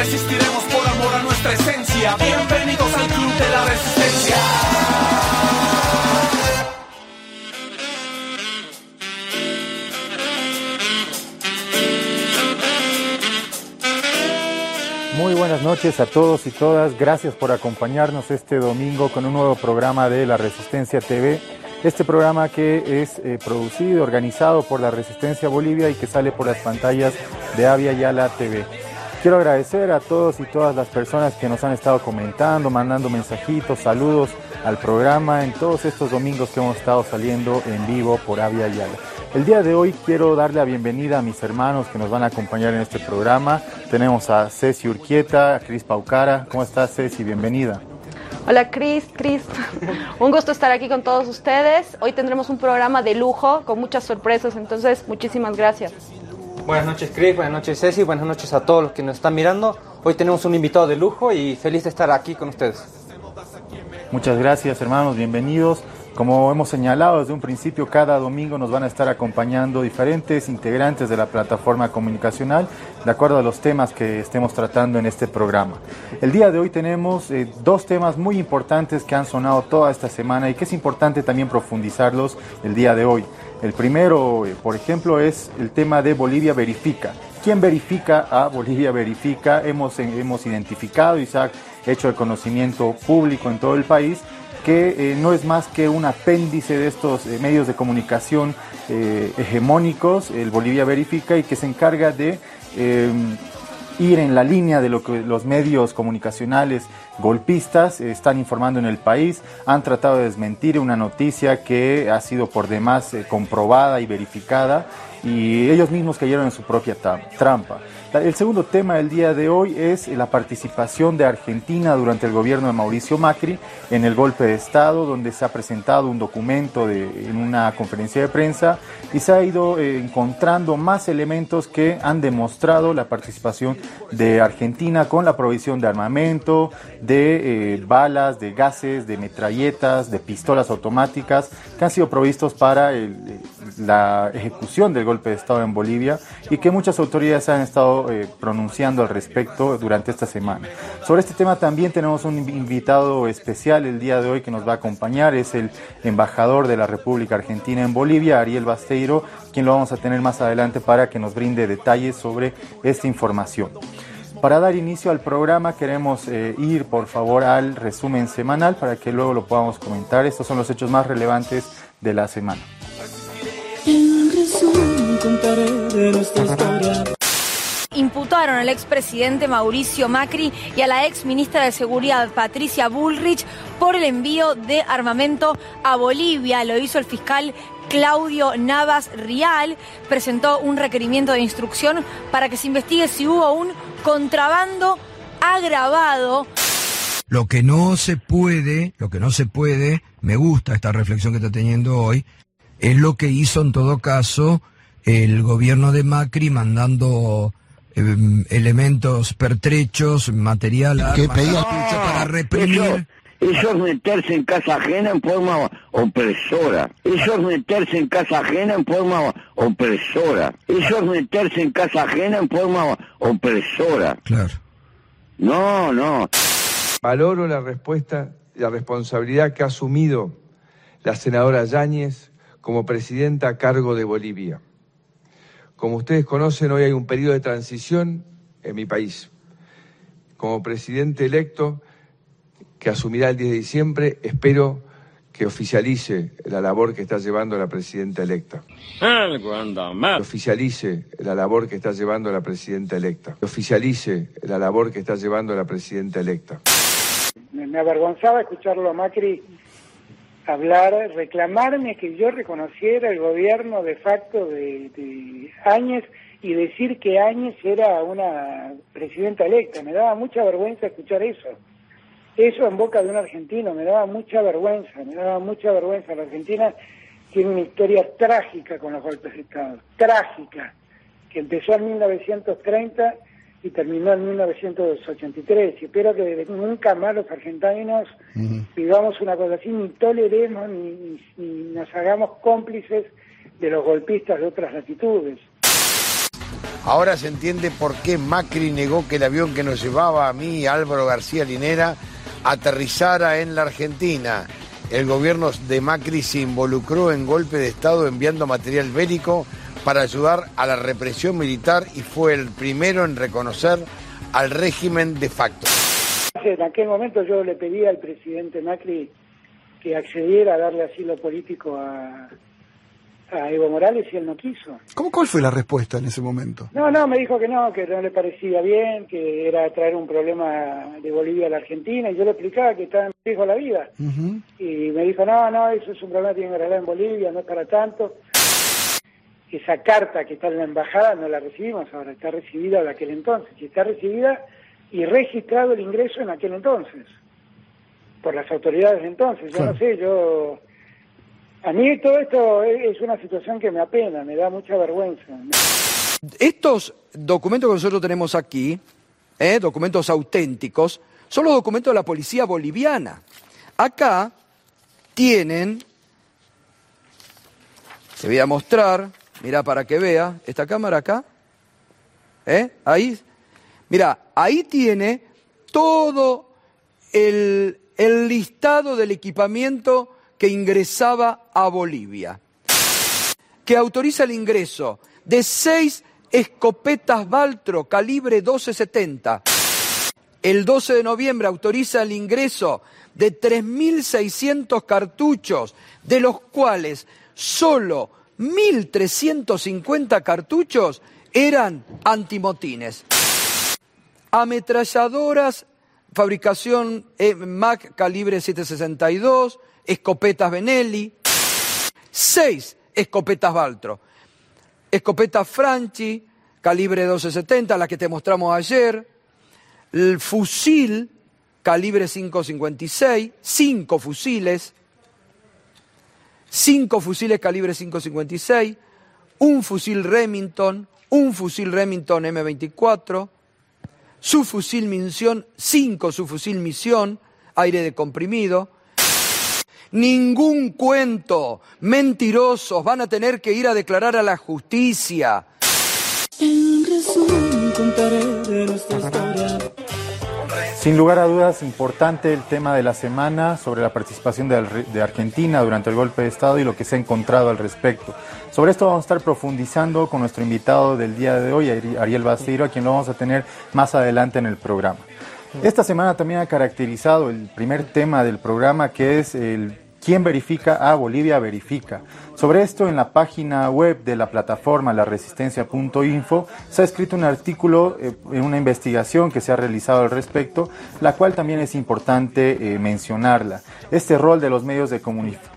resistiremos por amor a nuestra esencia. Bienvenidos al Club de la Resistencia. Muy buenas noches a todos y todas. Gracias por acompañarnos este domingo con un nuevo programa de La Resistencia TV. Este programa que es producido, organizado por La Resistencia Bolivia y que sale por las pantallas de Avia Yala TV. Quiero agradecer a todos y todas las personas que nos han estado comentando, mandando mensajitos, saludos al programa en todos estos domingos que hemos estado saliendo en vivo por Avia Yala. El día de hoy quiero darle la bienvenida a mis hermanos que nos van a acompañar en este programa. Tenemos a Ceci Urquieta, a Cris Paucara. ¿Cómo estás, Ceci? Bienvenida. Hola, Cris. Un gusto estar aquí con todos ustedes. Hoy tendremos un programa de lujo con muchas sorpresas, entonces muchísimas gracias. Buenas noches, Cris. Buenas noches, Ceci. Buenas noches a todos los que nos están mirando. Hoy tenemos un invitado de lujo y feliz de estar aquí con ustedes. Muchas gracias, hermanos. Bienvenidos. Como hemos señalado desde un principio, cada domingo nos van a estar acompañando diferentes integrantes de la plataforma comunicacional de acuerdo a los temas que estemos tratando en este programa. El día de hoy tenemos dos temas muy importantes que han sonado toda esta semana y que es importante también profundizarlos el día de hoy. El primero, por ejemplo, es el tema de Bolivia Verifica. ¿Quién verifica a Bolivia Verifica? Hemos identificado y se ha hecho el conocimiento público en todo el país que no es más que un apéndice de estos medios de comunicación hegemónicos, el Bolivia Verifica, y que se encarga de ir en la línea de lo que los medios comunicacionales golpistas están informando en el país. Han tratado de desmentir una noticia que ha sido por demás comprobada y verificada, y ellos mismos cayeron en su propia trampa. El segundo tema del día de hoy es la participación de Argentina durante el gobierno de Mauricio Macri en el golpe de Estado, donde se ha presentado un documento en una conferencia de prensa y se ha ido encontrando más elementos que han demostrado la participación de Argentina con la provisión de armamento, de balas, de gases, de metralletas, de pistolas automáticas que han sido provistos para la ejecución del golpe de Estado en Bolivia y que muchas autoridades han estado pronunciando al respecto durante esta semana. Sobre este tema también tenemos un invitado especial el día de hoy que nos va a acompañar, es el embajador de la República Argentina en Bolivia, Ariel Basteiro, quien lo vamos a tener más adelante para que nos brinde detalles sobre esta información. Para dar inicio al programa queremos ir por favor al resumen semanal para que luego lo podamos comentar. Estos son los hechos más relevantes de la semana. En resumen contaré de nuestra historia. Imputaron al expresidente Mauricio Macri y a la exministra de Seguridad Patricia Bullrich por el envío de armamento a Bolivia. Lo hizo el fiscal Claudio Navas Rial. Presentó un requerimiento de instrucción para que se investigue si hubo un contrabando agravado. Lo que no se puede, me gusta esta reflexión que está teniendo hoy, es lo que hizo en todo caso el gobierno de Macri mandando elementos pertrechos, material, armas, cartuchos para reprimir. Eso es meterse en casa ajena en forma opresora. Eso es meterse en casa ajena en forma opresora. Eso es meterse en casa ajena en forma opresora. Claro. No. Valoro la respuesta y la responsabilidad que ha asumido la senadora Yáñez como presidenta a cargo de Bolivia. Como ustedes conocen, hoy hay un periodo de transición en mi país. Como presidente electo, que asumirá el 10 de diciembre, espero que oficialice la labor que está llevando la presidenta electa. Algo anda mal. Oficialice la labor que está llevando la presidenta electa. Oficialice la labor que está llevando la presidenta electa. Me avergonzaba escucharlo a Macri hablar, reclamarme que yo reconociera el gobierno de facto de Áñez y decir que Áñez era una presidenta electa. Me daba mucha vergüenza escuchar eso. Eso en boca de un argentino, me daba mucha vergüenza. La Argentina tiene una historia trágica con los golpes de Estado, trágica, que empezó en 1930 y terminó en 1983. Y espero que nunca más los argentinos vivamos una cosa así, ni toleremos ni nos hagamos cómplices de los golpistas de otras latitudes. Ahora se entiende por qué Macri negó que el avión que nos llevaba a mí, Álvaro García Linera, aterrizara en la Argentina. El gobierno de Macri se involucró en golpe de Estado enviando material bélico para ayudar a la represión militar y fue el primero en reconocer al régimen de facto. En aquel momento yo le pedí al presidente Macri que accediera a darle asilo político a Evo Morales y él no quiso. ¿Cuál fue la respuesta en ese momento? No, me dijo que no le parecía bien, que era traer un problema de Bolivia a la Argentina, y yo le explicaba que estaba en riesgo la vida. Y me dijo, no, eso es un problema que tiene que arreglar en Bolivia, no es para tanto. Esa carta que está en la embajada no la recibimos ahora, está recibida de aquel entonces, y está recibida y registrado el ingreso en aquel entonces, por las autoridades de entonces. Yo no sé, a mí todo esto es una situación que me apena, me da mucha vergüenza. Estos documentos que nosotros tenemos aquí, documentos auténticos, son los documentos de la policía boliviana. Acá tienen, te voy a mostrar, mira para que vea, esta cámara acá, ahí, mira, ahí tiene todo el listado del equipamiento que ingresaba a Bolivia, que autoriza el ingreso de 6 escopetas Valtro calibre 12.70. El 12 de noviembre autoriza el ingreso de 3.600 cartuchos, de los cuales solo 1.350 cartuchos eran antimotines. Ametralladoras, fabricación MAC calibre 7.62, escopetas Benelli, 6 escopetas Valtro, escopeta Franchi, calibre 12.70, la que te mostramos ayer, el fusil, calibre 5.56, 5 fusiles calibre 5.56, un fusil Remington M24, subfusil Munición, 5 subfusil Misión, aire de comprimido. Ningún cuento, mentirosos, van a tener que ir a declarar a la justicia. En resumen, contaré de nuestra historia. Sin lugar a dudas, importante el tema de la semana sobre la participación de Argentina durante el golpe de Estado y lo que se ha encontrado al respecto. Sobre esto vamos a estar profundizando con nuestro invitado del día de hoy, Ariel Baseiro, a quien lo vamos a tener más adelante en el programa. Esta semana también ha caracterizado el primer tema del programa, que es el ¿quién verifica a Bolivia verifica? Sobre esto, en la página web de la plataforma laresistencia.info se ha escrito un artículo en una investigación que se ha realizado al respecto, la cual también es importante mencionarla. Este rol de los medios de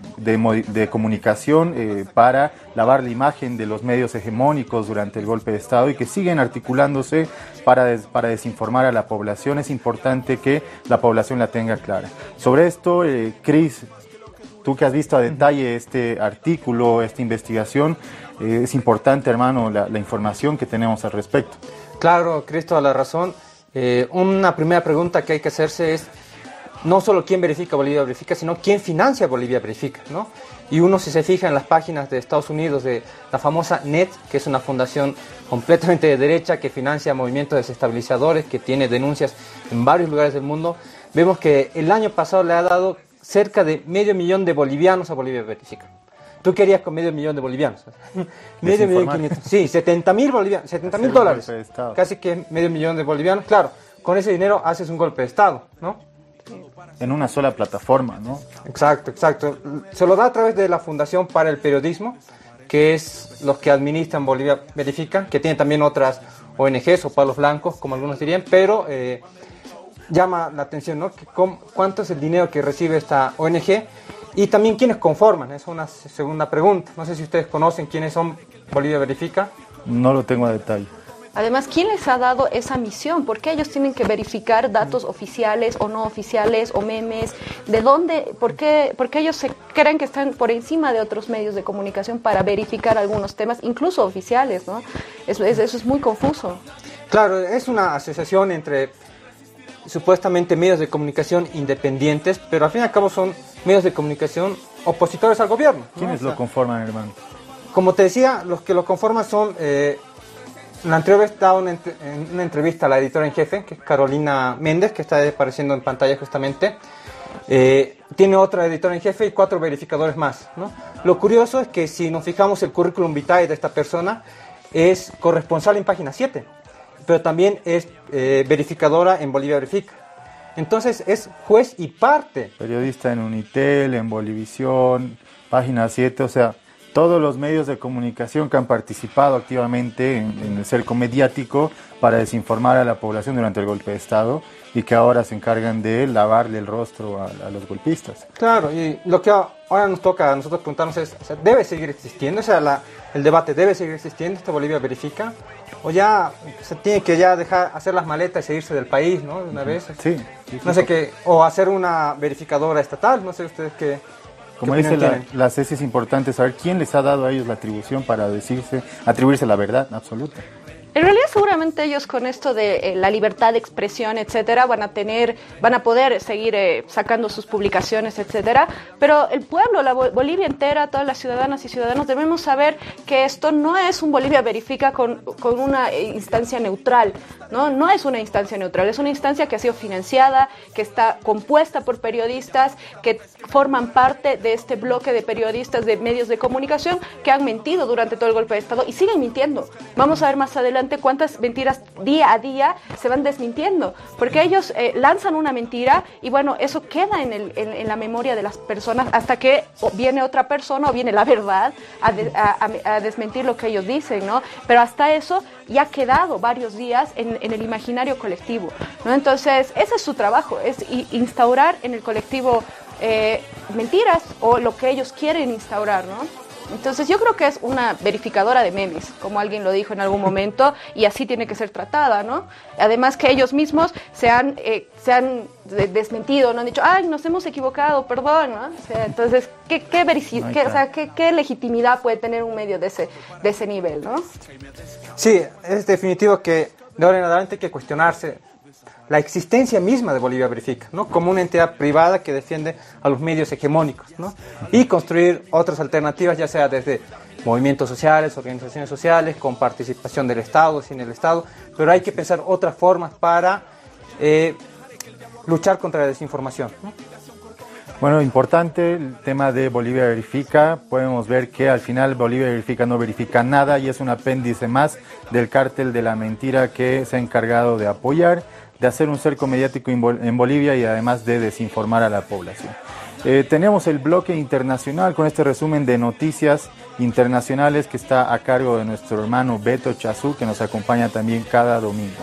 comunicación para lavar la imagen de los medios hegemónicos durante el golpe de Estado y que siguen articulándose para desinformar a la población, es importante que la población la tenga clara. Sobre esto, Cris, tú que has visto a detalle este artículo, esta investigación, es importante, hermano, la información que tenemos al respecto. Claro, Cris, toda la razón. Una primera pregunta que hay que hacerse es no solo quién verifica Bolivia verifica, sino quién financia Bolivia verifica, ¿no? Y uno, si se fija en las páginas de Estados Unidos de la famosa NET, que es una fundación completamente de derecha que financia movimientos desestabilizadores, que tiene denuncias en varios lugares del mundo, vemos que el año pasado le ha dado cerca de 500.000 de bolivianos a Bolivia verifica. ¿Tú querías con 500.000 de bolivianos? 500.000, sí, 70.000 bolivianos, $70.000, casi que 500.000 de bolivianos. Claro, con ese dinero haces un golpe de Estado, ¿no? En una sola plataforma, ¿no? Exacto. Se lo da a través de la Fundación para el Periodismo, que es los que administran Bolivia Verifica, que tiene también otras ONGs o palos blancos, como algunos dirían, pero llama la atención, ¿no? ¿Cuánto es el dinero que recibe esta ONG? Y también quiénes conforman, es una segunda pregunta. No sé si ustedes conocen quiénes son Bolivia Verifica. No lo tengo a detalle. Además, ¿quién les ha dado esa misión? ¿Por qué ellos tienen que verificar datos oficiales o no oficiales o memes? ¿De dónde? ¿Por qué ellos se creen que están por encima de otros medios de comunicación para verificar algunos temas, incluso oficiales, ¿no? Eso es muy confuso. Claro, es una asociación entre supuestamente medios de comunicación independientes, pero al fin y al cabo son medios de comunicación opositores al gobierno, ¿no? ¿Quiénes lo conforman, hermano? Como te decía, los que lo conforman son La anterior vez estaba en una entrevista a la editora en jefe, que es Carolina Méndez, que está apareciendo en pantalla justamente. Tiene otra editora en jefe y 4 verificadores más, ¿no? Lo curioso es que si nos fijamos el currículum vitae de esta persona, es corresponsal en Página 7, pero también es verificadora en Bolivia Verifica. Entonces es juez y parte. Periodista en Unitel, en Bolivisión, Página 7, o sea, todos los medios de comunicación que han participado activamente en el cerco mediático para desinformar a la población durante el golpe de Estado y que ahora se encargan de lavarle el rostro a los golpistas. Claro, y lo que ahora nos toca a nosotros preguntarnos es, o sea, ¿debe seguir existiendo? O sea, el debate debe seguir existiendo, ¿esta Bolivia Verifica? ¿O ya se tiene que ya dejar hacer las maletas y irse del país, ¿no? De una vez. Sí. No sé qué, o hacer una verificadora estatal, no sé ustedes qué. Como dice la CECI, es importante saber quién les ha dado a ellos la atribución para atribuirse la verdad absoluta. En realidad seguramente ellos con esto de la libertad de expresión, etcétera, van a poder seguir sacando sus publicaciones, etcétera, pero el pueblo, la Bolivia entera, todas las ciudadanas y ciudadanos debemos saber que esto no es un Bolivia Verifica con una instancia neutral, no es una instancia neutral, es una instancia que ha sido financiada, que está compuesta por periodistas que forman parte de este bloque de periodistas de medios de comunicación que han mentido durante todo el golpe de Estado y siguen mintiendo. Vamos a ver más adelante cuántas mentiras día a día se van desmintiendo, porque ellos lanzan una mentira y bueno, eso queda en la memoria de las personas hasta que viene otra persona o viene la verdad a desmentir lo que ellos dicen, ¿no? Pero hasta eso ya ha quedado varios días en el imaginario colectivo, ¿no? Entonces, ese es su trabajo, es instaurar en el colectivo mentiras o lo que ellos quieren instaurar, ¿no? Entonces yo creo que es una verificadora de memes, como alguien lo dijo en algún momento, y así tiene que ser tratada, ¿no? Además que ellos mismos se han desmentido, no han dicho, ay, nos hemos equivocado, perdón, ¿no? O sea, entonces, ¿qué legitimidad puede tener un medio de ese nivel, ¿no? Sí, es definitivo que de ahora en adelante hay que cuestionarse la existencia misma de Bolivia Verifica, ¿no? Como una entidad privada que defiende a los medios hegemónicos, ¿no? Y construir otras alternativas, ya sea desde movimientos sociales, organizaciones sociales, con participación del Estado, sin el Estado, pero hay que pensar otras formas para luchar contra la desinformación, ¿no? Bueno, importante el tema de Bolivia Verifica. Podemos ver que al final Bolivia Verifica no verifica nada y es un apéndice más del cártel de la mentira que se ha encargado de apoyar, de hacer un cerco mediático en Bolivia y además de desinformar a la población. Tenemos el bloque internacional con este resumen de noticias internacionales que está a cargo de nuestro hermano Beto Chazú, que nos acompaña también cada domingo.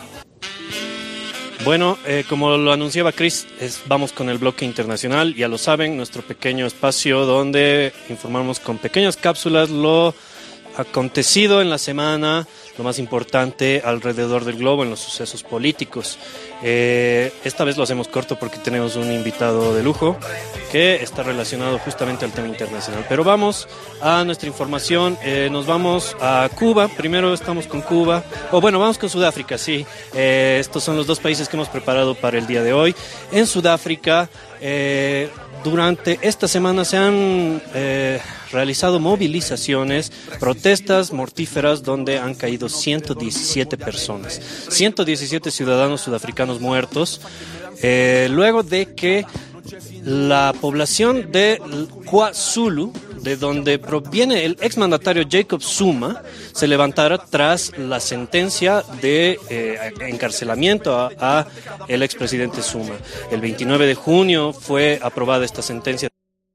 Bueno, como lo anunciaba Chris, vamos con el bloque internacional, ya lo saben, nuestro pequeño espacio donde informamos con pequeñas cápsulas lo acontecido en la semana, lo más importante alrededor del globo en los sucesos políticos. Esta vez lo hacemos corto porque tenemos un invitado de lujo que está relacionado justamente al tema internacional. Pero vamos a nuestra información, nos vamos a Cuba, primero estamos con Cuba, vamos con Sudáfrica, sí. Estos son los dos países que hemos preparado para el día de hoy. En Sudáfrica, durante esta semana se han realizado movilizaciones, protestas mortíferas donde han caído 117 personas, 117 ciudadanos sudafricanos muertos, luego de que la población de KwaZulu, de donde proviene el exmandatario Jacob Zuma, se levantara tras la sentencia de encarcelamiento a el expresidente Zuma. El 29 de junio fue aprobada esta sentencia.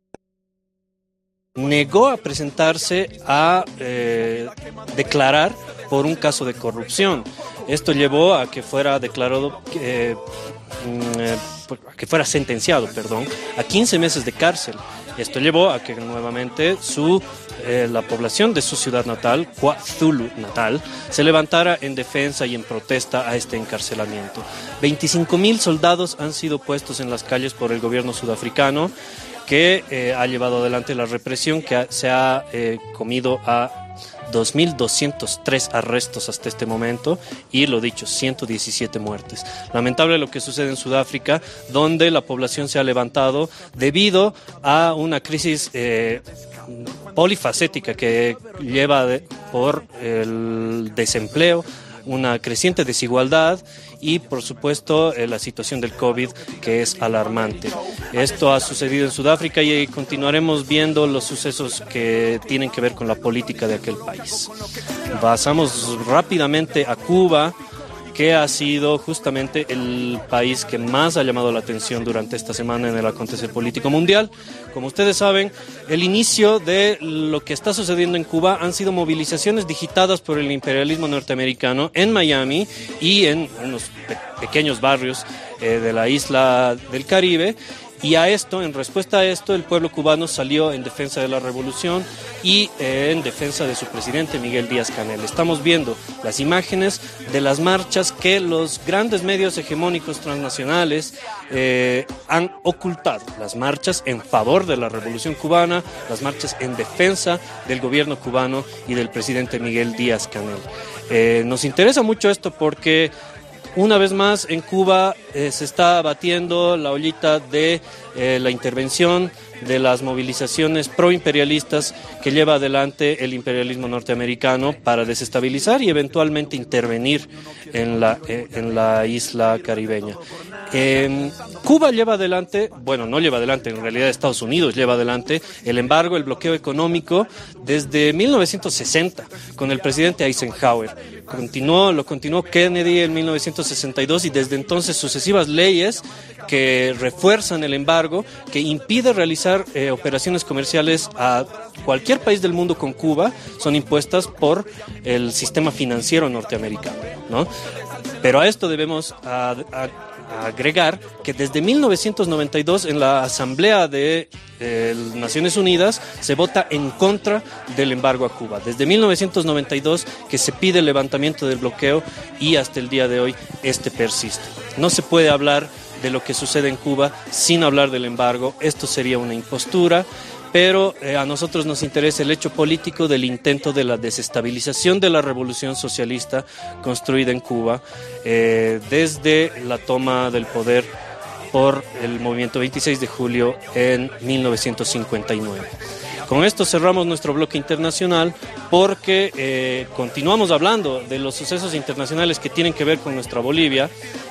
Negó a presentarse a declarar por un caso de corrupción. Esto llevó a que fuera declarado, que fuera sentenciado, a 15 meses de cárcel. Esto llevó a que nuevamente la población de su ciudad natal, KwaZulu natal, se levantara en defensa y en protesta a este encarcelamiento. 25.000 soldados han sido puestos en las calles por el gobierno sudafricano, que ha llevado adelante la represión, que se ha comido a 2.203 arrestos hasta este momento y, lo dicho, 117 muertes. Lamentable lo que sucede en Sudáfrica, donde la población se ha levantado debido a una crisis polifacética que lleva por el desempleo, una creciente desigualdad y, por supuesto, la situación del COVID, que es alarmante. Esto ha sucedido en Sudáfrica y continuaremos viendo los sucesos que tienen que ver con la política de aquel país. Pasamos rápidamente a Cuba, que ha sido justamente el país que más ha llamado la atención durante esta semana en el acontecer político mundial. Como ustedes saben, el inicio de lo que está sucediendo en Cuba han sido movilizaciones digitadas por el imperialismo norteamericano en Miami y en unos pequeños barrios de la isla del Caribe. Y en respuesta a esto, el pueblo cubano salió en defensa de la revolución y en defensa de su presidente Miguel Díaz-Canel. Estamos viendo las imágenes de las marchas que los grandes medios hegemónicos transnacionales han ocultado. Las marchas en favor de la revolución cubana, las marchas en defensa del gobierno cubano y del presidente Miguel Díaz-Canel. Nos interesa mucho esto porque una vez más en Cuba se está batiendo la ollita de la intervención de las movilizaciones proimperialistas que lleva adelante el imperialismo norteamericano para desestabilizar y eventualmente intervenir en la isla caribeña. Cuba lleva adelante, no lleva adelante, en realidad Estados Unidos lleva adelante el embargo, el bloqueo económico desde 1960 con el presidente Eisenhower. Lo continuó Kennedy en 1962 y desde entonces sucesivas leyes que refuerzan el embargo, que impide realizar operaciones comerciales a cualquier país del mundo con Cuba, son impuestas por el sistema financiero norteamericano, ¿no? Pero a esto debemos agregar que desde 1992 en la Asamblea de Naciones Unidas se vota en contra del embargo a Cuba. Desde 1992 que se pide el levantamiento del bloqueo y hasta el día de hoy este persiste. No se puede hablar de lo que sucede en Cuba sin hablar del embargo. Esto sería una impostura. Pero a nosotros nos interesa el hecho político del intento de la desestabilización de la revolución socialista construida en Cuba desde la toma del poder por el movimiento 26 de julio en 1959. Con esto cerramos nuestro bloque internacional porque continuamos hablando de los sucesos internacionales que tienen que ver con nuestra Bolivia.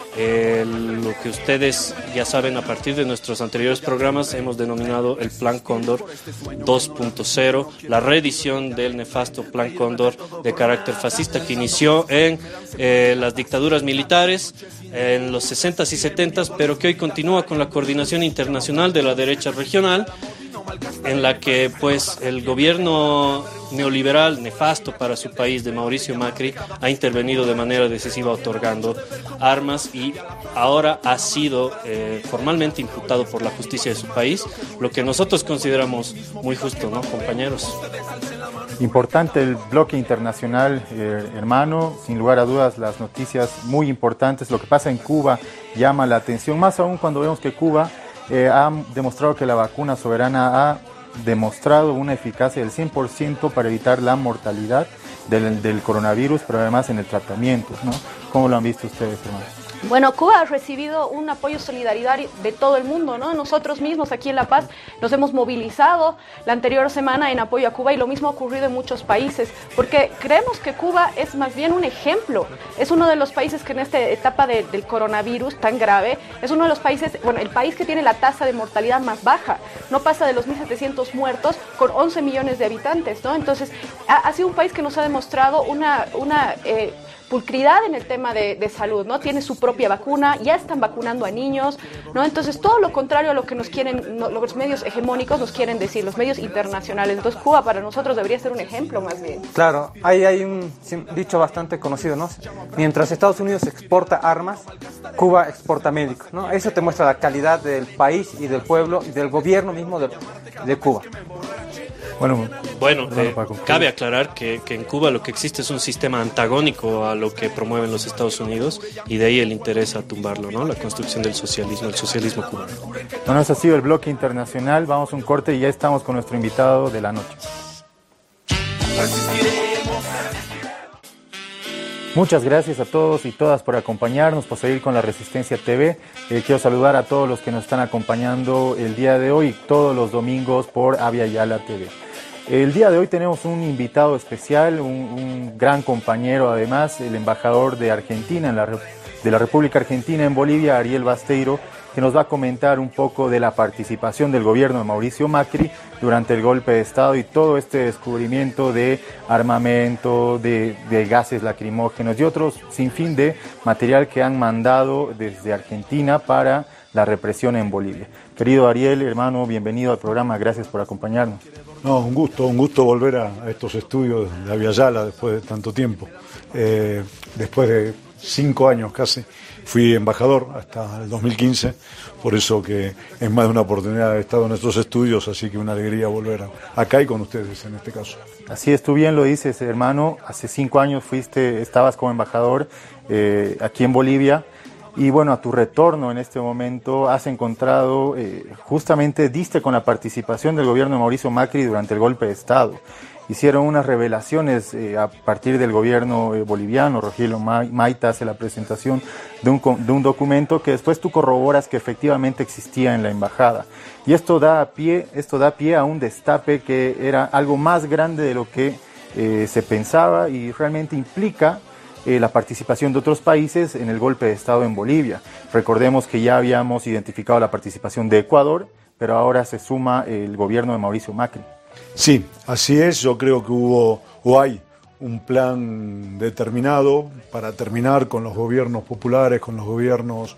Lo que ustedes ya saben a partir de nuestros anteriores programas hemos denominado el Plan Cóndor 2.0, la reedición del nefasto Plan Cóndor de carácter fascista que inició en las dictaduras militares en los 60s y 70s, pero que hoy continúa con la coordinación internacional de la derecha regional, en la que pues el gobierno neoliberal nefasto para su país de Mauricio Macri ha intervenido de manera decisiva otorgando armas y ahora ha sido formalmente imputado por la justicia de su país, lo que nosotros consideramos muy justo, ¿no, compañeros? Importante el bloque internacional, hermano, sin lugar a dudas las noticias muy importantes. Lo que pasa en Cuba llama la atención, más aún cuando vemos que Cuba ha demostrado que la vacuna soberana ha demostrado una eficacia del 100% para evitar la mortalidad del coronavirus, pero además en el tratamiento, ¿no? ¿Cómo lo han visto ustedes, hermano? Bueno, Cuba ha recibido un apoyo solidario de todo el mundo, ¿no? Nosotros mismos aquí en La Paz nos hemos movilizado la anterior semana en apoyo a Cuba y lo mismo ha ocurrido en muchos países, porque creemos que Cuba es más bien un ejemplo. Es uno de los países que en esta etapa del coronavirus tan grave, es uno de los países, el país que tiene la tasa de mortalidad más baja. No pasa de los 1.700 muertos con 11 millones de habitantes, ¿no? Entonces, ha sido un país que nos ha demostrado una pulcridad en el tema de salud, ¿no? Tiene su propia vacuna, ya están vacunando a niños, ¿no? Entonces, todo lo contrario a lo que nos quieren, los medios hegemónicos nos quieren decir, los medios internacionales. Entonces, Cuba para nosotros debería ser un ejemplo más bien. Claro, hay un dicho bastante conocido, ¿no? Mientras Estados Unidos exporta armas, Cuba exporta médicos, ¿no? Eso te muestra la calidad del país y del pueblo y del gobierno mismo de Cuba. Bueno, cabe aclarar que en Cuba lo que existe es un sistema antagónico a lo que promueven los Estados Unidos y de ahí el interés a tumbarlo, ¿no? La construcción del socialismo, el socialismo cubano. Bueno, eso ha sido el bloque internacional. Vamos a un corte y ya estamos con nuestro invitado de la noche. Muchas gracias a todos y todas por acompañarnos, por seguir con la Resistencia TV. Quiero saludar a todos los que nos están acompañando el día de hoy, todos los domingos por Avia Yala TV. El día de hoy tenemos un invitado especial, un gran compañero además, el embajador de Argentina, de la República Argentina en Bolivia, Ariel Basteiro, que nos va a comentar un poco de la participación del gobierno de Mauricio Macri durante el golpe de Estado y todo este descubrimiento de armamento, de gases lacrimógenos y otros sinfín de material que han mandado desde Argentina para la represión en Bolivia. Querido Ariel, hermano, bienvenido al programa, gracias por acompañarnos. No, un gusto volver a estos estudios de Aviala después de tanto tiempo. Después de 5 años casi, fui embajador hasta el 2015, por eso que es más de una oportunidad de estado en estos estudios, así que una alegría volver acá y con ustedes en este caso. Así es, tú bien lo dices, hermano, hace 5 años estabas como embajador aquí en Bolivia. Y bueno, a tu retorno en este momento has encontrado, justamente diste con la participación del gobierno de Mauricio Macri durante el golpe de Estado. Hicieron unas revelaciones a partir del gobierno boliviano. Rogelio Maita hace la presentación de un documento que después tú corroboras que efectivamente existía en la embajada. Y esto da pie a un destape que era algo más grande de lo que se pensaba y realmente implica la participación de otros países en el golpe de Estado en Bolivia. Recordemos que ya habíamos identificado la participación de Ecuador, pero ahora se suma el gobierno de Mauricio Macri. Sí, así es. Yo creo que hay un plan determinado para terminar con los gobiernos populares, con los gobiernos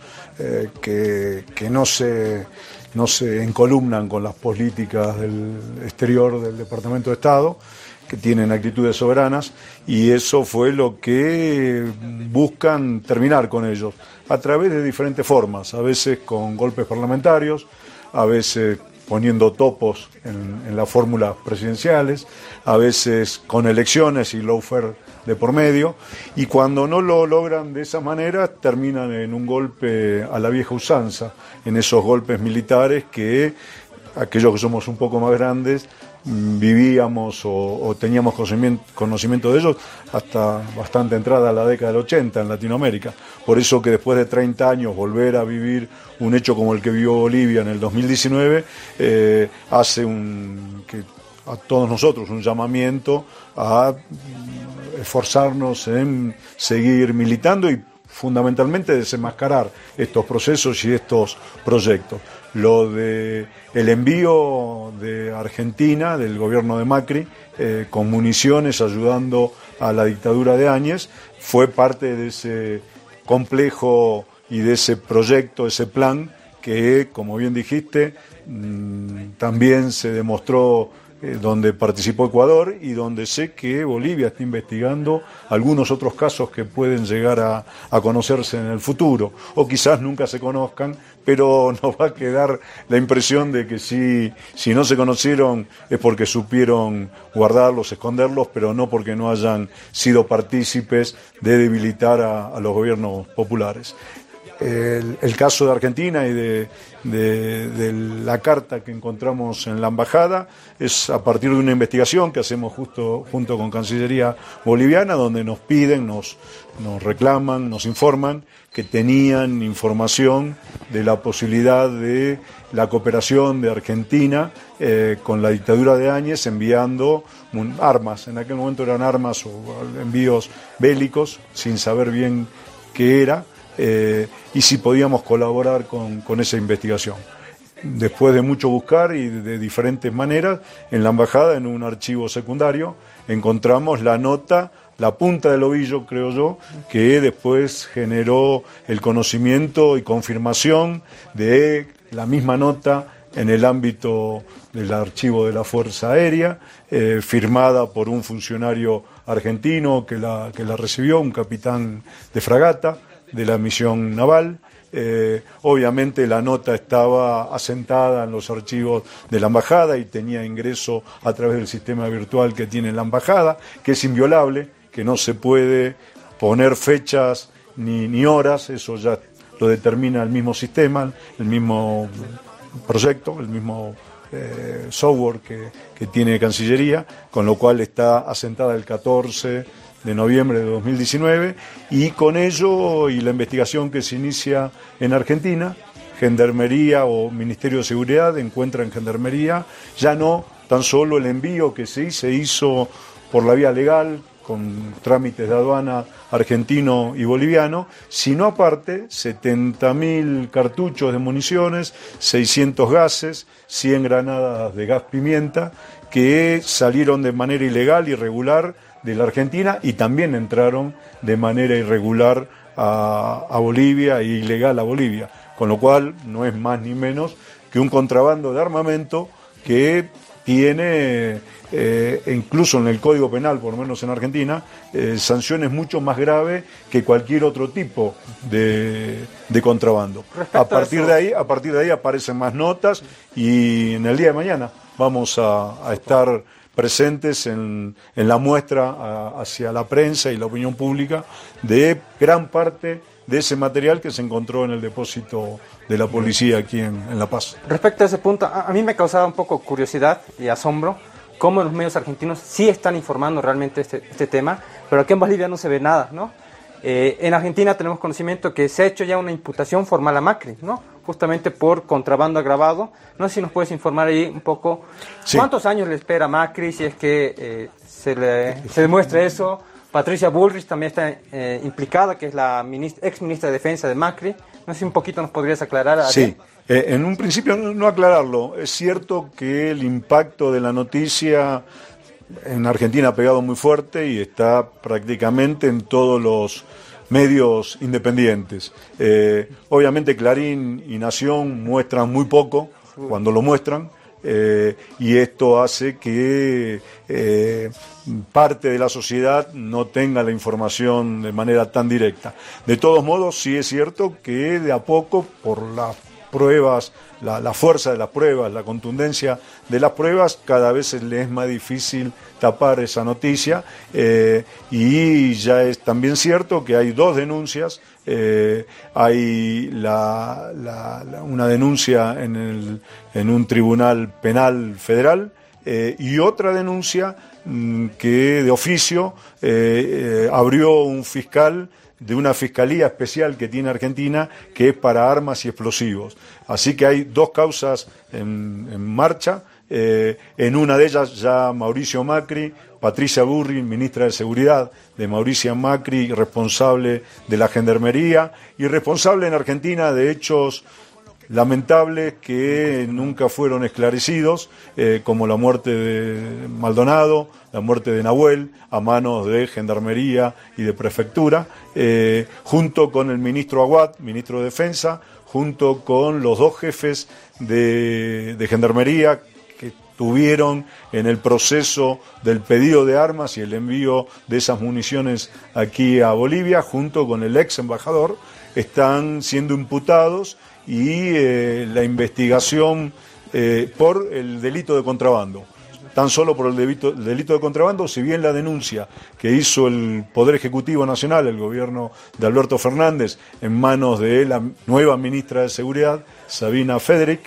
que no se encolumnan con las políticas del exterior del Departamento de Estado, que tienen actitudes soberanas, y eso fue lo que buscan terminar con ellos, a través de diferentes formas, a veces con golpes parlamentarios, a veces poniendo topos en las fórmulas presidenciales, a veces con elecciones y lawfare de por medio, y cuando no lo logran de esa manera terminan en un golpe a la vieja usanza, en esos golpes militares que aquellos que somos un poco más grandes vivíamos o teníamos conocimiento de ellos hasta bastante entrada a la década del 80 en Latinoamérica. Por eso que después de 30 años volver a vivir un hecho como el que vivió Bolivia en el 2019 hace que a todos nosotros un llamamiento a esforzarnos en seguir militando y fundamentalmente desenmascarar estos procesos y estos proyectos. Lo de el envío de Argentina, del gobierno de Macri, con municiones ayudando a la dictadura de Áñez, fue parte de ese complejo y de ese proyecto, ese plan que, como bien dijiste, también se demostró donde participó Ecuador y donde sé que Bolivia está investigando algunos otros casos que pueden llegar a conocerse en el futuro, o quizás nunca se conozcan, pero nos va a quedar la impresión de que si no se conocieron es porque supieron guardarlos, esconderlos, pero no porque no hayan sido partícipes de debilitar a los gobiernos populares. El caso de Argentina y de la carta que encontramos en la embajada es a partir de una investigación que hacemos junto con Cancillería Boliviana, donde nos piden, nos reclaman, nos informan que tenían información de la posibilidad de la cooperación de Argentina con la dictadura de Áñez enviando armas. En aquel momento eran armas o envíos bélicos, sin saber bien qué era. Y si podíamos colaborar con esa investigación. Después de mucho buscar y de diferentes maneras, en la embajada, en un archivo secundario, encontramos la nota, la punta del ovillo, creo yo, que después generó el conocimiento y confirmación de la misma nota en el ámbito del archivo de la Fuerza Aérea, firmada por un funcionario argentino que la recibió, un capitán de fragata de la misión naval. Obviamente la nota estaba asentada en los archivos de la embajada y tenía ingreso a través del sistema virtual que tiene la embajada, que es inviolable, que no se puede poner fechas ni horas, eso ya lo determina el mismo sistema, el mismo proyecto, el mismo software que tiene Cancillería, con lo cual está asentada el 14 de noviembre de 2019, y con ello y la investigación que se inicia en Argentina, Gendarmería o Ministerio de Seguridad encuentra en Gendarmería ya no tan solo el envío que se hizo por la vía legal, con trámites de aduana argentino y boliviano, sino aparte 70.000 cartuchos de municiones, 600 gases, 100 granadas de gas pimienta, que salieron de manera ilegal, irregular, de la Argentina y también entraron de manera irregular a Bolivia e ilegal a Bolivia, con lo cual no es más ni menos que un contrabando de armamento que tiene, incluso en el Código Penal, por lo menos en Argentina, sanciones mucho más graves que cualquier otro tipo de contrabando. A partir de ahí aparecen más notas y en el día de mañana vamos a estar presentes en la muestra hacia la prensa y la opinión pública de gran parte de ese material que se encontró en el depósito de la policía aquí en La Paz. Respecto a ese punto, a mí me causaba un poco curiosidad y asombro cómo los medios argentinos sí están informando realmente este tema, pero aquí en Bolivia no se ve nada, ¿no? En Argentina tenemos conocimiento que se ha hecho ya una imputación formal a Macri, ¿no? Justamente por contrabando agravado. No sé si nos puedes informar ahí un poco, sí. ¿Cuántos años le espera a Macri si es que se demuestra eso? Patricia Bullrich también está implicada, que es la ex ministra de Defensa de Macri. No sé si un poquito nos podrías aclarar. Sí, en un principio no aclararlo. Es cierto que el impacto de la noticia en Argentina ha pegado muy fuerte y está prácticamente en todos los medios independientes. Obviamente Clarín y Nación muestran muy poco cuando lo muestran. Y esto hace que parte de la sociedad no tenga la información de manera tan directa. De todos modos, sí es cierto que de a poco, por las pruebas, la fuerza de las pruebas, la contundencia de las pruebas, cada vez le es más difícil tapar esa noticia, y ya es también cierto que hay dos denuncias. Hay una denuncia en un tribunal penal federal y otra denuncia que de oficio abrió un fiscal de una fiscalía especial que tiene Argentina, que es para armas y explosivos. Así que hay dos causas en marcha. En una de ellas ya Mauricio Macri, Patricia Bullrich, ministra de Seguridad de Mauricio Macri, responsable de la Gendarmería y responsable en Argentina de hechos lamentables que nunca fueron esclarecidos, como la muerte de Maldonado, la muerte de Nahuel, a manos de Gendarmería y de Prefectura, junto con el ministro Aguad, ministro de Defensa, junto con los dos jefes de Gendarmería, tuvieron en el proceso del pedido de armas y el envío de esas municiones aquí a Bolivia, junto con el ex embajador, están siendo imputados y la investigación por el delito de contrabando. Tan solo por el delito de contrabando, si bien la denuncia que hizo el Poder Ejecutivo Nacional, el gobierno de Alberto Fernández, en manos de la nueva ministra de Seguridad, Sabina Federic,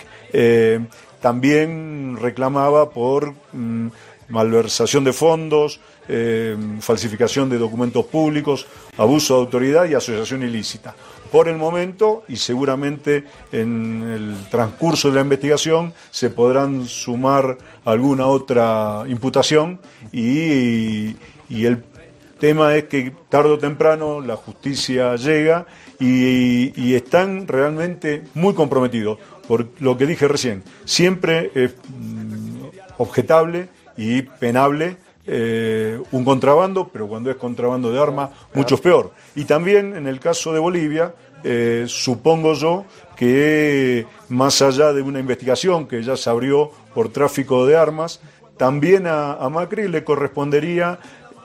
también reclamaba por malversación de fondos, falsificación de documentos públicos, abuso de autoridad y asociación ilícita. Por el momento, y seguramente en el transcurso de la investigación, se podrán sumar alguna otra imputación y el tema es que tarde o temprano la justicia llega y están realmente muy comprometidos. Por lo que dije recién, siempre es objetable y penable un contrabando, pero cuando es contrabando de armas, mucho es peor. Y también en el caso de Bolivia, supongo yo que más allá de una investigación que ya se abrió por tráfico de armas, también a Macri le correspondería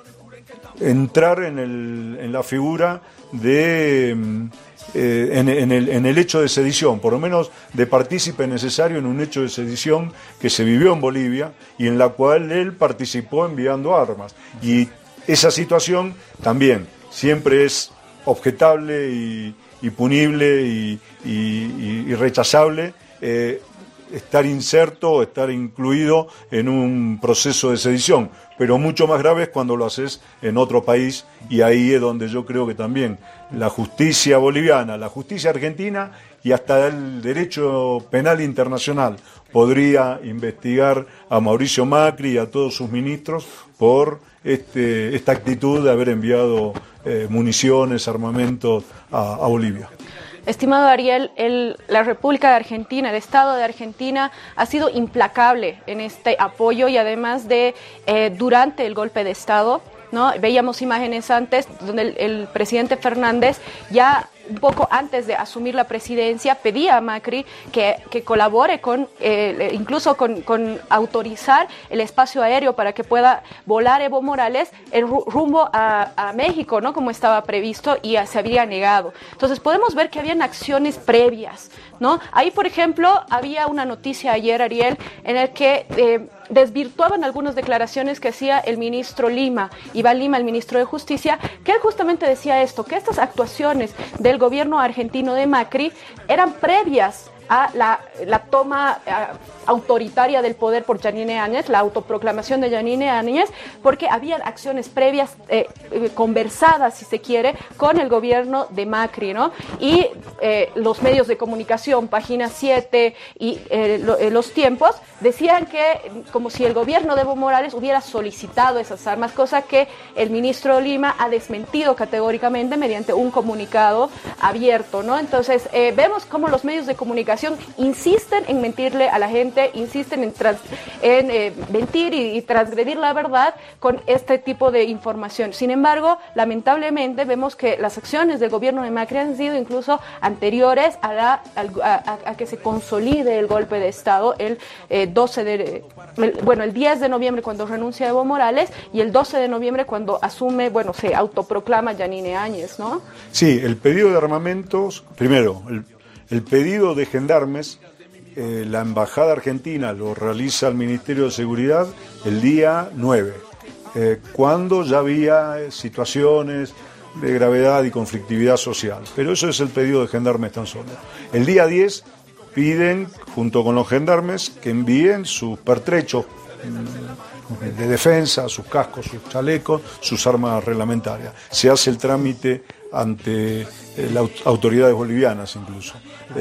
entrar en la figura de en el hecho de sedición, por lo menos de partícipe necesario en un hecho de sedición que se vivió en Bolivia y en la cual él participó enviando armas. Y esa situación también siempre es objetable y punible y rechazable. estar inserto o estar incluido en un proceso de sedición, pero mucho más grave es cuando lo haces en otro país, y ahí es donde yo creo que también la justicia boliviana, la justicia argentina y hasta el derecho penal internacional podría investigar a Mauricio Macri y a todos sus ministros por esta actitud de haber enviado municiones, armamentos a Bolivia. Estimado Ariel, la República de Argentina, el Estado de Argentina ha sido implacable en este apoyo y además de durante el golpe de Estado, ¿no? Veíamos imágenes antes donde el presidente Fernández ya un poco antes de asumir la presidencia pedía a Macri que colabore incluso con autorizar el espacio aéreo para que pueda volar Evo Morales en rumbo a México, ¿no? Como estaba previsto, y se había negado. Entonces podemos ver que habían acciones previas, ¿no? Ahí, por ejemplo, había una noticia ayer, Ariel, en el que desvirtuaban algunas declaraciones que hacía el ministro Iván Lima, el ministro de Justicia, que él justamente decía esto, que estas actuaciones del gobierno argentino de Macri eran previas a la toma autoritaria del poder por Yanine Áñez, la autoproclamación de Yanine Áñez, porque habían acciones previas conversadas, si se quiere, con el gobierno de Macri, ¿no? Y los medios de comunicación, Página 7 y Los Tiempos, decían que como si el gobierno de Evo Morales hubiera solicitado esas armas, cosa que el ministro Lima ha desmentido categóricamente mediante un comunicado abierto, ¿no? Entonces, vemos cómo los medios de comunicación insisten en mentirle a la gente, insisten en mentir y transgredir la verdad con este tipo de información. Sin embargo, lamentablemente vemos que las acciones del gobierno de Macri han sido incluso anteriores a que se consolide el golpe de Estado el 10 de noviembre cuando renuncia Evo Morales y el 12 de noviembre cuando se autoproclama Yanine Áñez, ¿no? Sí, el pedido de armamentos, primero, el pedido de gendarmes, la Embajada Argentina lo realiza el Ministerio de Seguridad el día 9, cuando ya había situaciones de gravedad y conflictividad social. Pero eso es el pedido de gendarmes tan solo. El día 10 piden, junto con los gendarmes, que envíen sus pertrechos de defensa, sus cascos, sus chalecos, sus armas reglamentarias. Se hace el trámite ante las autoridades bolivianas incluso.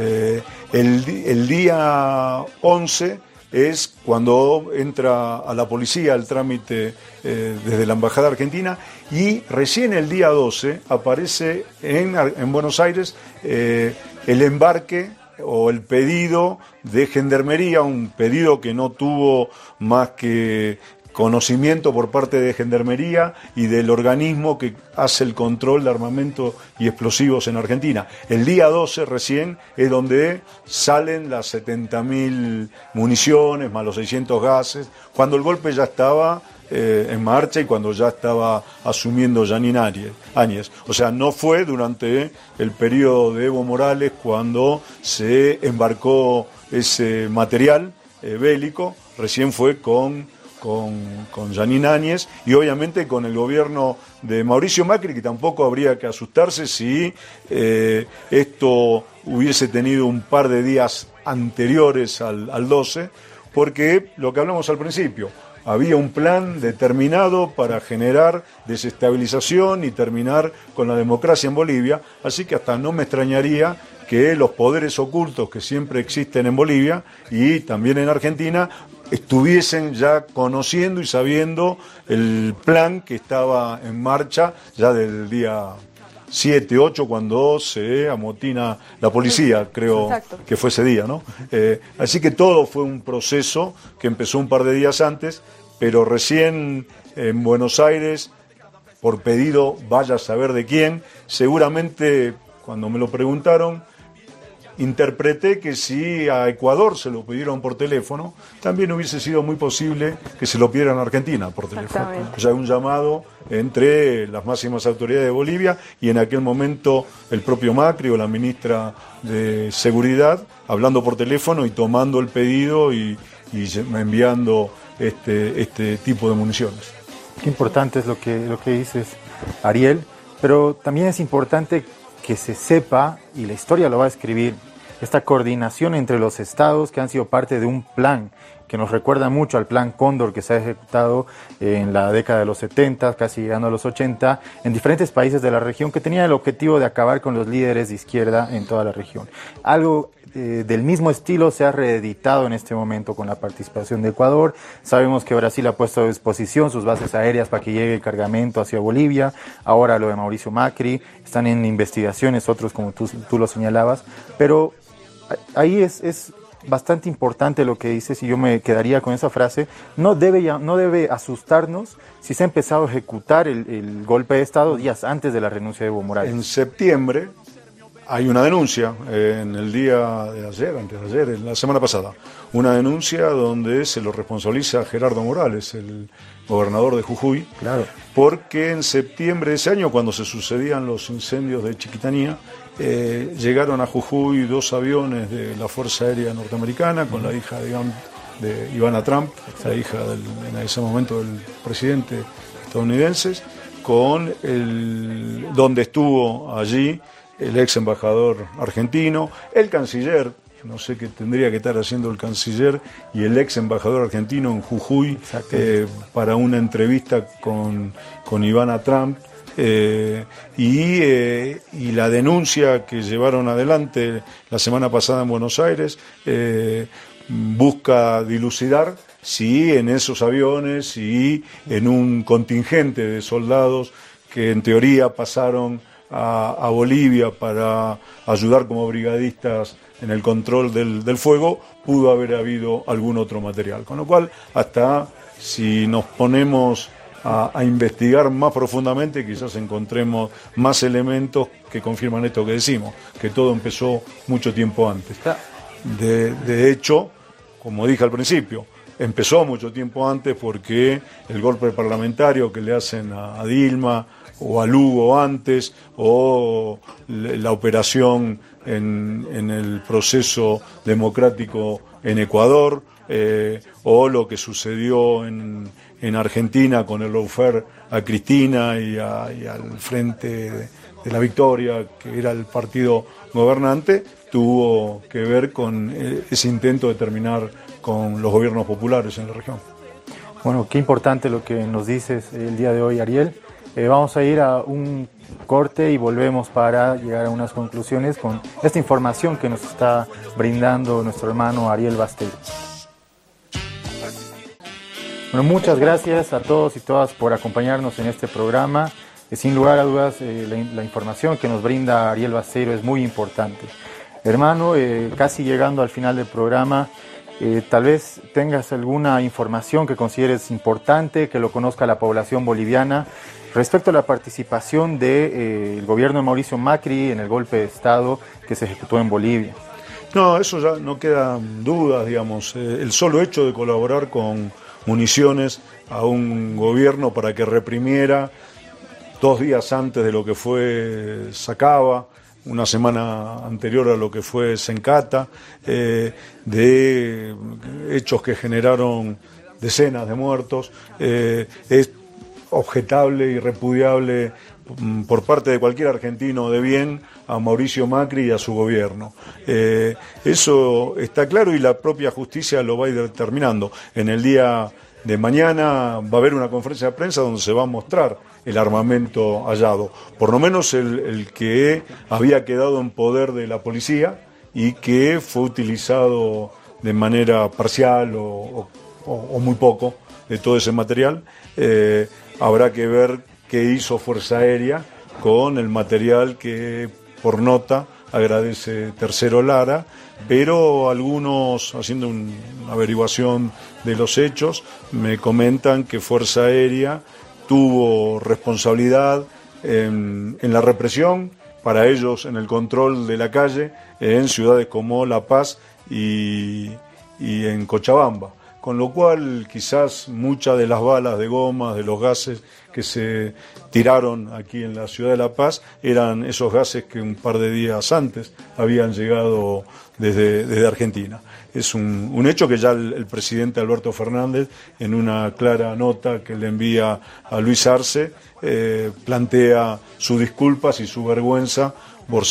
El día 11 es cuando entra a la policía el trámite desde la Embajada Argentina, y recién el día 12 aparece en Buenos Aires el embarque o el pedido de Gendarmería, un pedido que no tuvo más que conocimiento por parte de Gendarmería y del organismo que hace el control de armamento y explosivos en Argentina. El día 12 recién es donde salen las 70.000 municiones más los 600 gases, cuando el golpe ya estaba en marcha y cuando ya estaba asumiendo Yanine Áñez. O sea, no fue durante el periodo de Evo Morales cuando se embarcó ese material bélico, recién fue con Yanine Áñez y obviamente con el gobierno de Mauricio Macri, que tampoco habría que asustarse si esto hubiese tenido un par de días anteriores al 12, porque lo que hablamos al principio, había un plan determinado para generar desestabilización y terminar con la democracia en Bolivia, así que hasta no me extrañaría que los poderes ocultos que siempre existen en Bolivia y también en Argentina estuviesen ya conociendo y sabiendo el plan que estaba en marcha ya del día 7, 8, cuando se amotina la policía, creo. Exacto. Que fue ese día, ¿no? Así que todo fue un proceso que empezó un par de días antes, pero recién en Buenos Aires, por pedido, vaya a saber de quién, seguramente cuando me lo preguntaron, interpreté que si a Ecuador se lo pidieron por teléfono, también hubiese sido muy posible que se lo pidieran a Argentina por teléfono. O sea, un llamado entre las máximas autoridades de Bolivia y en aquel momento el propio Macri o la ministra de Seguridad hablando por teléfono y tomando el pedido y enviando este tipo de municiones. Qué importante es lo que dices, Ariel, pero también es importante que se sepa, y la historia lo va a escribir, esta coordinación entre los estados que han sido parte de un plan que nos recuerda mucho al plan Cóndor que se ha ejecutado en la década de los 70, casi llegando a los 80, en diferentes países de la región, que tenía el objetivo de acabar con los líderes de izquierda en toda la región. Algo del mismo estilo se ha reeditado en este momento con la participación de Ecuador. Sabemos que Brasil ha puesto a disposición sus bases aéreas para que llegue el cargamento hacia Bolivia. Ahora lo de Mauricio Macri, están en investigaciones, otros como tú lo señalabas, pero ahí es bastante importante lo que dices, y yo me quedaría con esa frase. No debe asustarnos si se ha empezado a ejecutar el golpe de Estado días antes de la renuncia de Evo Morales. En septiembre hay una denuncia, en el día de ayer, antes de ayer, en la semana pasada, una denuncia donde se lo responsabiliza a Gerardo Morales, el gobernador de Jujuy, claro, porque en septiembre de ese año, cuando se sucedían los incendios de Chiquitanía, llegaron a Jujuy 2 aviones de la Fuerza Aérea Norteamericana con la hija de Ivana Trump, la hija en ese momento del presidente estadounidense, donde estuvo allí el ex embajador argentino, el canciller, no sé qué tendría que estar haciendo el canciller y el ex embajador argentino en Jujuy para una entrevista con Ivana Trump. Y la denuncia que llevaron adelante la semana pasada en Buenos Aires busca dilucidar si en esos aviones y en un contingente de soldados que en teoría pasaron a Bolivia para ayudar como brigadistas en el control del fuego, pudo haber habido algún otro material. Con lo cual, hasta si nos ponemos a investigar más profundamente, quizás encontremos más elementos que confirman esto que decimos, que todo empezó mucho tiempo antes. De hecho, como dije al principio, empezó mucho tiempo antes porque el golpe parlamentario que le hacen a Dilma o a Lugo antes, o la operación en el proceso democrático en Ecuador, o lo que sucedió en Argentina con el lawfare a Cristina y al Frente de la Victoria, que era el partido gobernante, tuvo que ver con ese intento de terminar con los gobiernos populares en la región. Bueno, qué importante lo que nos dices el día de hoy, Ariel. Vamos a ir a un corte y volvemos para llegar a unas conclusiones con esta información que nos está brindando nuestro hermano Ariel Basteiros. Bueno, muchas gracias a todos y todas por acompañarnos en este programa. Sin lugar a dudas, la información que nos brinda Ariel Basteiros es muy importante. Hermano, casi llegando al final del programa, tal vez tengas alguna información que consideres importante, que lo conozca la población boliviana, respecto a la participación del gobierno de Mauricio Macri en el golpe de Estado que se ejecutó en Bolivia. No, eso ya no queda dudas, digamos. El solo hecho de colaborar con municiones a un gobierno para que reprimiera 2 días antes de lo que fue Sacaba, una semana anterior a lo que fue Sencata, de hechos que generaron decenas de muertos, es objetable y repudiable por parte de cualquier argentino de bien a Mauricio Macri y a su gobierno. Eso está claro y la propia justicia lo va a ir determinando. En el día de mañana va a haber una conferencia de prensa donde se va a mostrar el armamento hallado, por lo menos el que había quedado en poder de la policía y que fue utilizado de manera parcial o muy poco de todo ese material. Habrá que ver qué hizo Fuerza Aérea con el material que, por nota, agradece Tercero Lara, pero algunos, haciendo una averiguación de los hechos, me comentan que Fuerza Aérea tuvo responsabilidad en la represión, para ellos en el control de la calle, en ciudades como La Paz y en Cochabamba. Con lo cual, quizás muchas de las balas de goma, de los gases que se tiraron aquí en la ciudad de La Paz, eran esos gases que un par de días antes habían llegado desde Argentina. Es un hecho que ya el presidente Alberto Fernández, en una clara nota que le envía a Luis Arce, plantea sus disculpas y su vergüenza por ser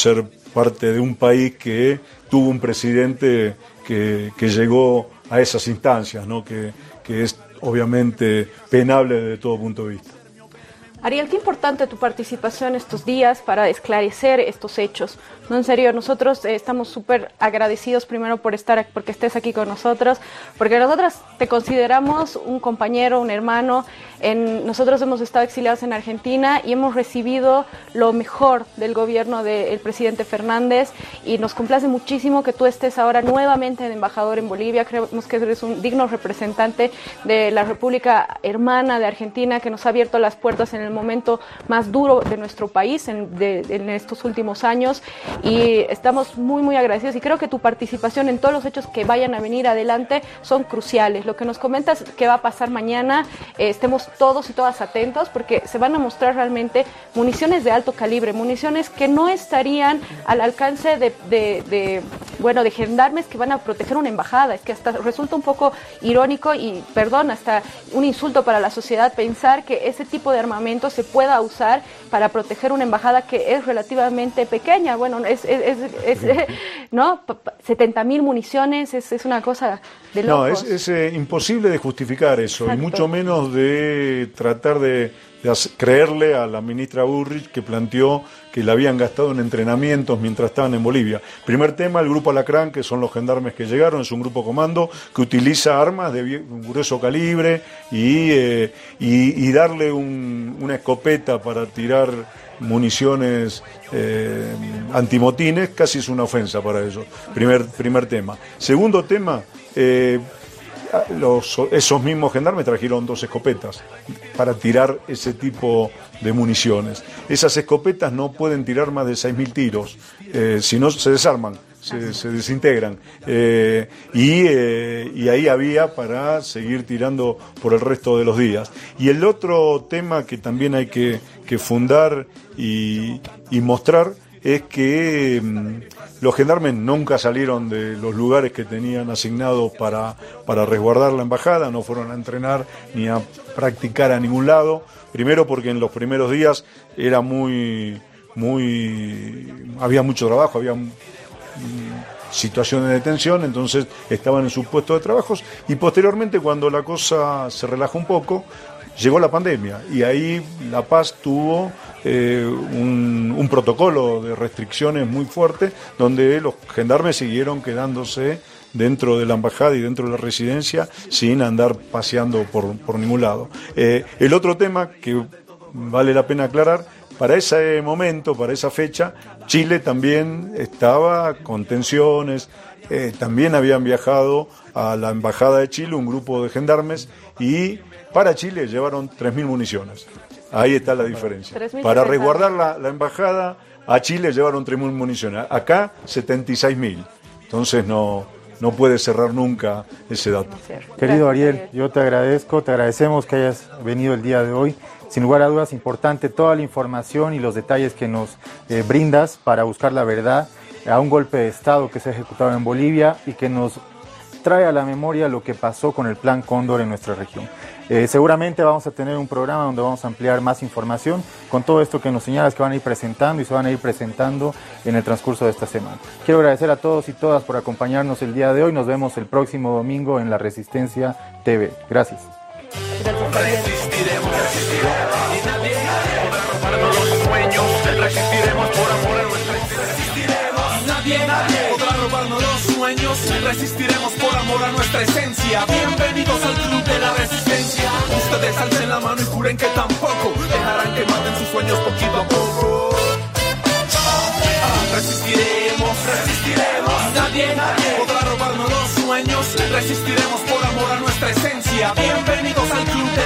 parte de un país que tuvo un presidente que llegó a esas instancias, ¿no? que es obviamente penable desde todo punto de vista. Ariel, qué importante tu participación estos días para esclarecer estos hechos. No, en serio, nosotros estamos súper agradecidos primero porque estés aquí con nosotros, porque nosotros te consideramos un compañero, un hermano. Nosotros hemos estado exiliados en Argentina y hemos recibido lo mejor del gobierno del presidente Fernández, y nos complace muchísimo que tú estés ahora nuevamente de embajador en Bolivia. Creemos que eres un digno representante de la República Hermana de Argentina, que nos ha abierto las puertas en el momento más duro de nuestro país en estos últimos años, y estamos muy muy agradecidos, y creo que tu participación en todos los hechos que vayan a venir adelante son cruciales. Lo que nos comentas que va a pasar mañana, estemos todos y todas atentos, porque se van a mostrar realmente municiones de alto calibre, municiones que no estarían al alcance de gendarmes que van a proteger una embajada. Es que hasta resulta un poco irónico y, perdón, hasta un insulto para la sociedad pensar que ese tipo de armamento se pueda usar para proteger una embajada que es relativamente pequeña. Bueno, ¿no? 70.000 municiones es una cosa de locos. No, es imposible de justificar eso. Exacto. Y mucho menos de tratar de creerle a la ministra Bullrich, que planteó que la habían gastado en entrenamientos mientras estaban en Bolivia. Primer tema, el grupo Alacrán, que son los gendarmes que llegaron, es un grupo comando que utiliza armas de grueso calibre y darle una escopeta para tirar municiones antimotines casi es una ofensa para ellos. Primer tema. Segundo tema, esos mismos gendarmes trajeron 2 escopetas para tirar ese tipo de municiones. Esas escopetas no pueden tirar más de 6.000 tiros, si no se desarman, se desintegran. Y ahí había para seguir tirando por el resto de los días. Y el otro tema que también hay que fundar y mostrar es que los gendarmes nunca salieron de los lugares que tenían asignados para resguardar la embajada, no fueron a entrenar ni a practicar a ningún lado. Primero porque en los primeros días era había mucho trabajo, había situaciones de tensión, entonces estaban en sus puestos de trabajos, y posteriormente, cuando la cosa se relajó un poco, llegó la pandemia, y ahí La Paz tuvo un protocolo de restricciones muy fuerte, donde los gendarmes siguieron quedándose dentro de la embajada y dentro de la residencia sin andar paseando por ningún lado. El otro tema que vale la pena aclarar: para ese momento, para esa fecha, Chile también estaba con tensiones, también habían viajado a la embajada de Chile un grupo de gendarmes, y para Chile llevaron 3.000 municiones. Ahí está la diferencia. Para resguardar la embajada, a Chile llevaron 3.000 municiones, acá 76.000. Entonces no puede cerrar nunca ese dato. Querido Ariel, yo te agradecemos que hayas venido el día de hoy. Sin lugar a dudas, importante toda la información y los detalles que nos brindas para buscar la verdad a un golpe de Estado que se ha ejecutado en Bolivia y que nos trae a la memoria lo que pasó con el Plan Cóndor en nuestra región. Seguramente vamos a tener un programa donde vamos a ampliar más información con todo esto que nos señalas que van a ir presentando y se van a ir presentando en el transcurso de esta semana. Quiero agradecer a todos y todas por acompañarnos el día de hoy. Nos vemos el próximo domingo en La Resistencia TV. Gracias. Resistiremos, y nadie podrá robarnos los sueños. Resistiremos por amor a nuestra esencia. Nadie podrá robarnos los sueños. Resistiremos por amor a nuestra esencia. Bienvenidos al Club de la Resistencia. Ustedes alcen la mano y juren que tampoco dejarán que maten sus sueños poquito a poco. Resistiremos, nadie podrá robarnos los sueños. Resistiremos por amor a nuestra esencia. Bienvenidos al Club de